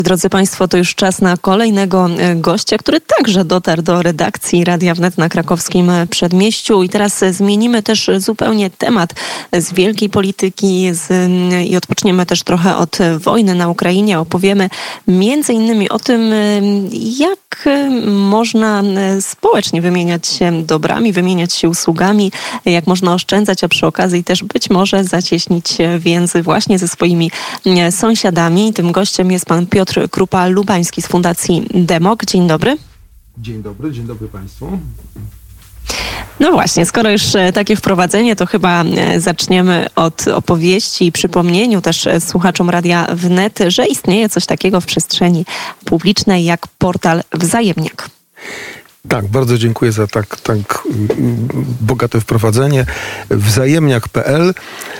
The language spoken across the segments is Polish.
Drodzy Państwo, to już czas na kolejnego gościa, który także dotarł do redakcji Radia Wnet na krakowskim Przedmieściu. I teraz zmienimy też zupełnie temat z wielkiej polityki i odpoczniemy też trochę od wojny na Ukrainie. Opowiemy między innymi o tym, jak można społecznie wymieniać się dobrami, wymieniać się usługami, jak można oszczędzać, a przy okazji też być może zacieśnić więzy właśnie ze swoimi sąsiadami. Tym gościem jest pan Piotr Krupa-Lubański z Fundacji Demok. Dzień dobry. Dzień dobry Państwu. No właśnie, skoro już takie wprowadzenie, to chyba zaczniemy od opowieści i przypomnieniu też słuchaczom Radia Wnet, że istnieje coś takiego w przestrzeni publicznej jak portal Wzajemniak. Tak, bardzo dziękuję za tak bogate wprowadzenie. Wzajemniak.pl,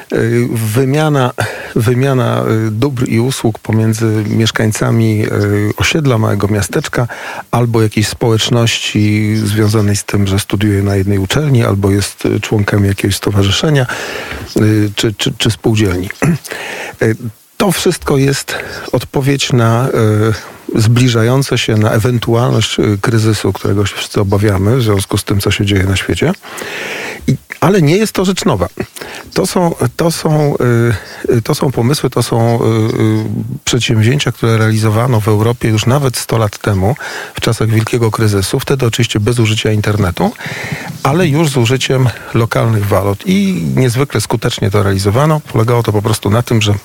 wymiana dóbr i usług pomiędzy mieszkańcami osiedla, małego miasteczka albo jakiejś społeczności związanej z tym, że studiuje na jednej uczelni albo jest członkiem jakiegoś stowarzyszenia czy spółdzielni. To wszystko jest odpowiedź na zbliżające się na ewentualność kryzysu, którego się wszyscy obawiamy w związku z tym, co się dzieje na świecie. Ale nie jest to rzecz nowa. To są pomysły, to są przedsięwzięcia, które realizowano w Europie już nawet 100 lat temu, w czasach wielkiego kryzysu. Wtedy oczywiście bez użycia internetu, ale już z użyciem lokalnych walut. I niezwykle skutecznie to realizowano. Polegało to po prostu na tym, że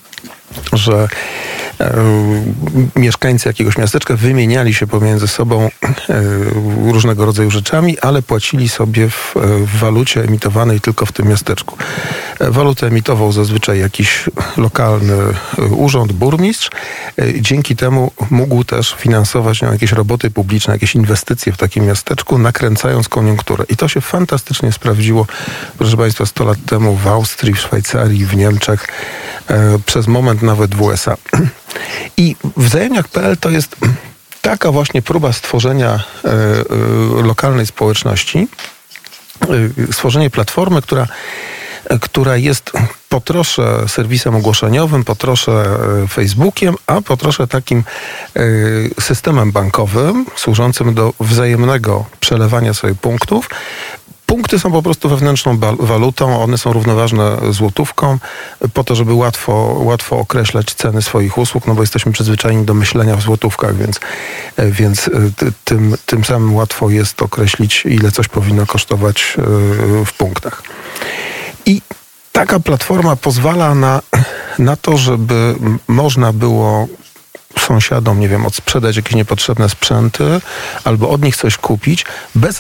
mieszkańcy jakiegoś miasteczka wymieniali się pomiędzy sobą różnego rodzaju rzeczami, ale płacili sobie w walucie emitowanej tylko w tym miasteczku. Walutę emitował zazwyczaj jakiś lokalny urząd, burmistrz. Dzięki temu mógł też finansować jakieś roboty publiczne, jakieś inwestycje w takim miasteczku, nakręcając koniunkturę. I to się fantastycznie sprawdziło, proszę Państwa, 100 lat temu w Austrii, w Szwajcarii, w Niemczech, przez moment nawet w USA. I Wzajemniak.pl to jest taka właśnie próba stworzenia lokalnej społeczności, stworzenie platformy, która jest po trosze serwisem ogłoszeniowym, po trosze Facebookiem, a po trosze takim systemem bankowym służącym do wzajemnego przelewania sobie punktów. Punkty są po prostu wewnętrzną walutą, one są równoważne złotówką po to, żeby łatwo określać ceny swoich usług, no bo jesteśmy przyzwyczajeni do myślenia w złotówkach, więc tym samym łatwo jest określić, ile coś powinno kosztować w punktach. I taka platforma pozwala na to, żeby można było sąsiadom, nie wiem, odsprzedać jakieś niepotrzebne sprzęty albo od nich coś kupić bez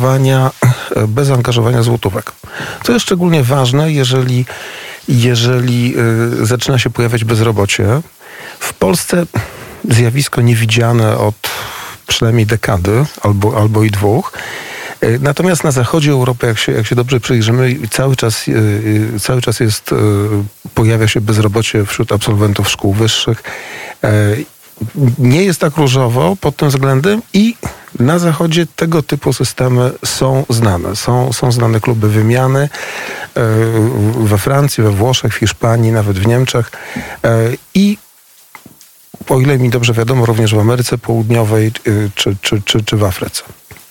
angażowania złotówek. Co jest szczególnie ważne, jeżeli zaczyna się pojawiać bezrobocie. W Polsce zjawisko niewidziane od przynajmniej dekady albo i dwóch. Natomiast na zachodzie Europy, jak się dobrze przyjrzymy, cały czas pojawia się bezrobocie wśród absolwentów szkół wyższych. Nie jest tak różowo pod tym względem i na zachodzie tego typu systemy są znane. Są znane kluby wymiany we Francji, we Włoszech, w Hiszpanii, nawet w Niemczech i o ile mi dobrze wiadomo, również w Ameryce Południowej czy w Afryce.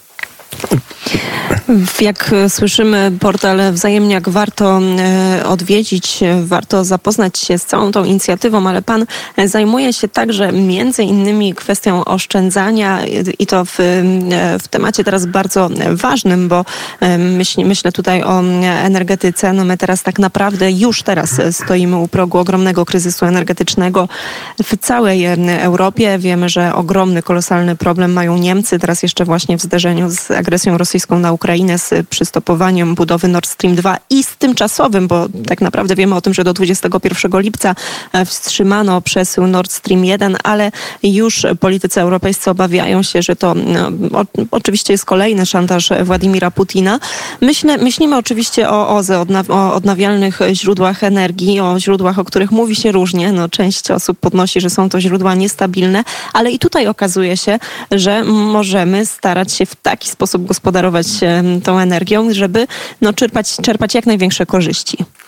Jak słyszymy, portal Wzajemniak warto odwiedzić, warto zapoznać się z całą tą inicjatywą, ale pan zajmuje się także między innymi kwestią oszczędzania i to w temacie teraz bardzo ważnym, bo myślę tutaj o energetyce. No my teraz tak naprawdę już teraz stoimy u progu ogromnego kryzysu energetycznego w całej Europie. Wiemy, że ogromny, kolosalny problem mają Niemcy, teraz jeszcze właśnie w zderzeniu z agresją rosyjską na Ukrainę, z przystopowaniem budowy Nord Stream 2 i z tymczasowym, bo tak naprawdę wiemy o tym, że do 21 lipca wstrzymano przesył Nord Stream 1, ale już politycy europejscy obawiają się, że to oczywiście jest kolejny szantaż Władimira Putina. Myślimy oczywiście o OZE, o odnawialnych źródłach energii, o źródłach, o których mówi się różnie. No, część osób podnosi, że są to źródła niestabilne, ale i tutaj okazuje się, że możemy starać się w taki sposób gospodarować tą energią, żeby czerpać jak największe korzyści.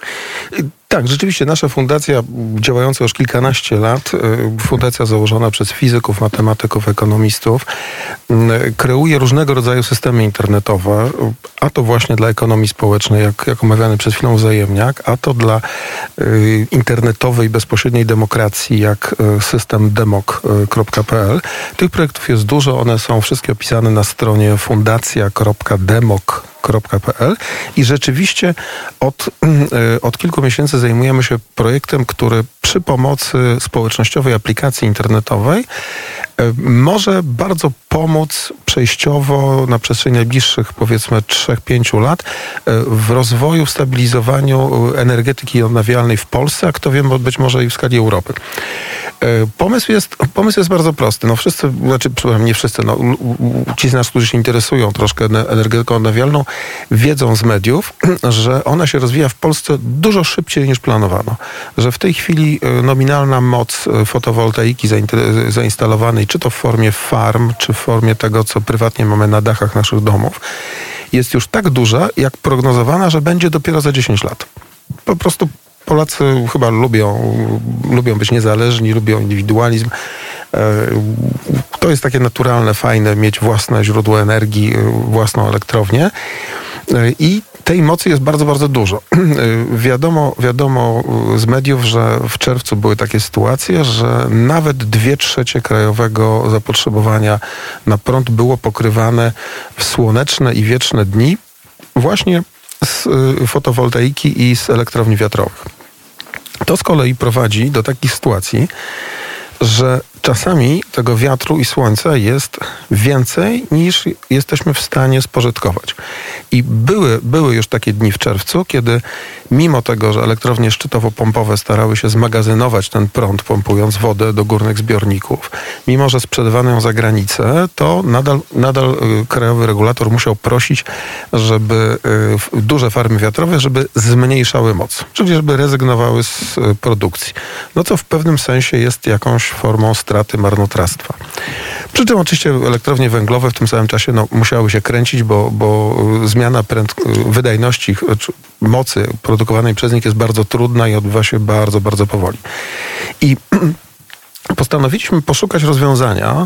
Tak, rzeczywiście nasza fundacja, działająca już kilkanaście lat, fundacja założona przez fizyków, matematyków, ekonomistów, kreuje różnego rodzaju systemy internetowe, a to właśnie dla ekonomii społecznej, jak omawiany przed chwilą wzajemniak, a to dla internetowej, bezpośredniej demokracji, jak system demok.pl. Tych projektów jest dużo, one są wszystkie opisane na stronie fundacja.demok.pl i rzeczywiście od kilku miesięcy zajmujemy się projektem, który przy pomocy społecznościowej aplikacji internetowej może bardzo pomóc przejściowo na przestrzeni najbliższych, powiedzmy, 3-5 lat w rozwoju, w stabilizowaniu energetyki odnawialnej w Polsce, a kto wie, być może i w skali Europy. Pomysł jest bardzo prosty. No wszyscy, nie wszyscy, ci z nas, którzy się interesują troszkę energetyką odnawialną, wiedzą z mediów, że ona się rozwija w Polsce dużo szybciej niż planowano. Że w tej chwili nominalna moc fotowoltaiki zainstalowanej, czy to w formie farm, czy w formie tego, co prywatnie mamy na dachach naszych domów, jest już tak duża, jak prognozowana, że będzie dopiero za 10 lat. Po prostu Polacy chyba lubią być niezależni, lubią indywidualizm. To jest takie naturalne, fajne, mieć własne źródło energii, własną elektrownię. I tej mocy jest bardzo, bardzo dużo. Wiadomo z mediów, że w czerwcu były takie sytuacje, że nawet 2/3 krajowego zapotrzebowania na prąd było pokrywane w słoneczne i wieczne dni właśnie z fotowoltaiki i z elektrowni wiatrowych. To z kolei prowadzi do takich sytuacji, że czasami tego wiatru i słońca jest więcej, niż jesteśmy w stanie spożytkować. I były już takie dni w czerwcu, kiedy mimo tego, że elektrownie szczytowo-pompowe starały się zmagazynować ten prąd, pompując wodę do górnych zbiorników, mimo że sprzedawano ją za granicę, to nadal krajowy regulator musiał prosić, żeby duże farmy wiatrowe, żeby zmniejszały moc, czyli żeby rezygnowały z produkcji. No co w pewnym sensie jest jakąś formą straty, marnotrawstwa. Przy czym oczywiście elektrownie węglowe w tym samym czasie musiały się kręcić, bo zmiana wydajności mocy produkowanej przez nich jest bardzo trudna i odbywa się bardzo, bardzo powoli. I postanowiliśmy poszukać rozwiązania,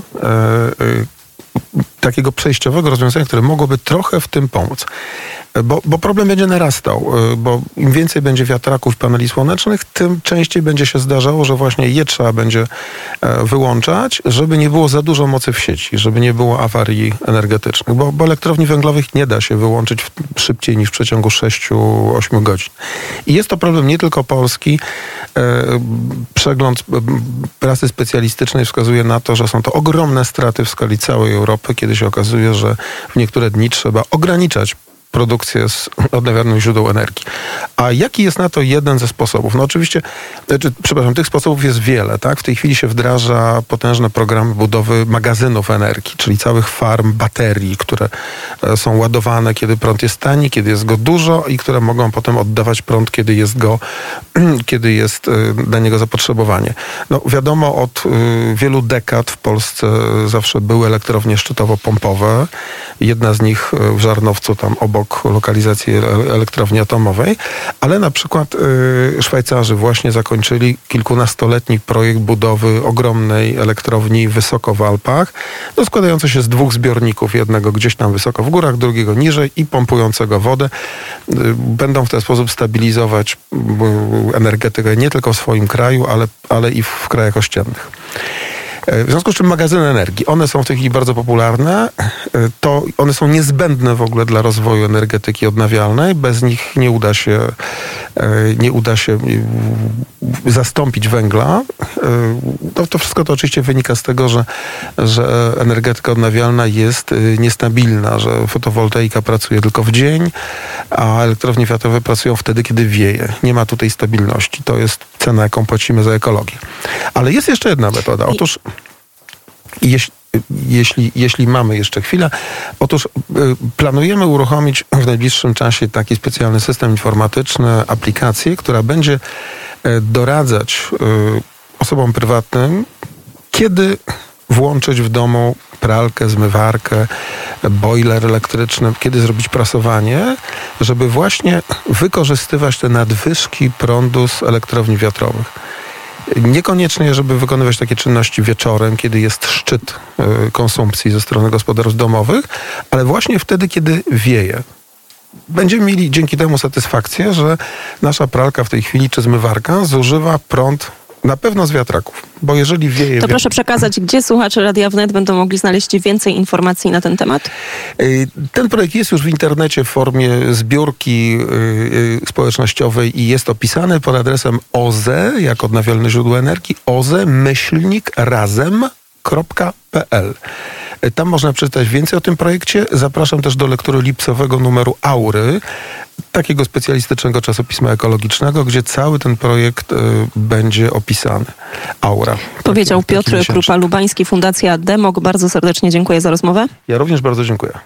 takiego przejściowego rozwiązania, które mogłoby trochę w tym pomóc. Bo problem będzie narastał, bo im więcej będzie wiatraków, paneli słonecznych, tym częściej będzie się zdarzało, że właśnie je trzeba będzie wyłączać, żeby nie było za dużo mocy w sieci, żeby nie było awarii energetycznych, bo elektrowni węglowych nie da się wyłączyć szybciej niż w przeciągu 6-8 godzin. I jest to problem nie tylko polski. Przegląd prasy specjalistycznej wskazuje na to, że są to ogromne straty w skali całej Europy, kiedy się okazuje, że w niektóre dni trzeba ograniczać produkcję z odnawialnych źródeł energii. A jaki jest na to jeden ze sposobów? No oczywiście, tych sposobów jest wiele, tak? W tej chwili się wdraża potężne programy budowy magazynów energii, czyli całych farm baterii, które są ładowane, kiedy prąd jest tani, kiedy jest go dużo i które mogą potem oddawać prąd, kiedy jest na niego zapotrzebowanie. No wiadomo, od wielu dekad w Polsce zawsze były elektrownie szczytowo-pompowe. Jedna z nich w Żarnowcu, tam obok lokalizacji elektrowni atomowej, ale na przykład Szwajcarzy właśnie zakończyli kilkunastoletni projekt budowy ogromnej elektrowni wysoko w Alpach, składającej się z 2 zbiorników, jednego gdzieś tam wysoko w górach, drugiego niżej i pompującego wodę. Będą w ten sposób stabilizować energetykę nie tylko w swoim kraju, ale i w krajach ościennych. W związku z czym magazyny energii, one są w tej chwili bardzo popularne, one są niezbędne w ogóle dla rozwoju energetyki odnawialnej, bez nich nie uda się zastąpić węgla. To wszystko to oczywiście wynika z tego, że energetyka odnawialna jest niestabilna, że fotowoltaika pracuje tylko w dzień, a elektrownie wiatrowe pracują wtedy, kiedy wieje. Nie ma tutaj stabilności. To jest cena, jaką płacimy za ekologię. Ale jest jeszcze jedna metoda. Otóż jeśli mamy jeszcze chwilę, planujemy uruchomić w najbliższym czasie taki specjalny system informatyczny, aplikację, która będzie doradzać osobom prywatnym, kiedy włączyć w domu pralkę, zmywarkę, boiler elektryczny, kiedy zrobić prasowanie, żeby właśnie wykorzystywać te nadwyżki prądu z elektrowni wiatrowych. Niekoniecznie, żeby wykonywać takie czynności wieczorem, kiedy jest szczyt konsumpcji ze strony gospodarstw domowych, ale właśnie wtedy, kiedy wieje. Będziemy mieli dzięki temu satysfakcję, że nasza pralka w tej chwili, czy zmywarka, zużywa prąd na pewno z wiatraków. Bo jeżeli wieje... To proszę przekazać, gdzie słuchacze Radia Wnet będą mogli znaleźć więcej informacji na ten temat? Ten projekt jest już w internecie w formie zbiórki społecznościowej i jest opisany pod adresem OZE, jak odnawialne źródło energii, oze-razem.pl. Tam można przeczytać więcej o tym projekcie. Zapraszam też do lektury lipcowego numeru Aury, takiego specjalistycznego czasopisma ekologicznego, gdzie cały ten projekt będzie opisany. Aura. Powiedział Piotr Krupa-Lubański, Fundacja Demok. Bardzo serdecznie dziękuję za rozmowę. Ja również bardzo dziękuję.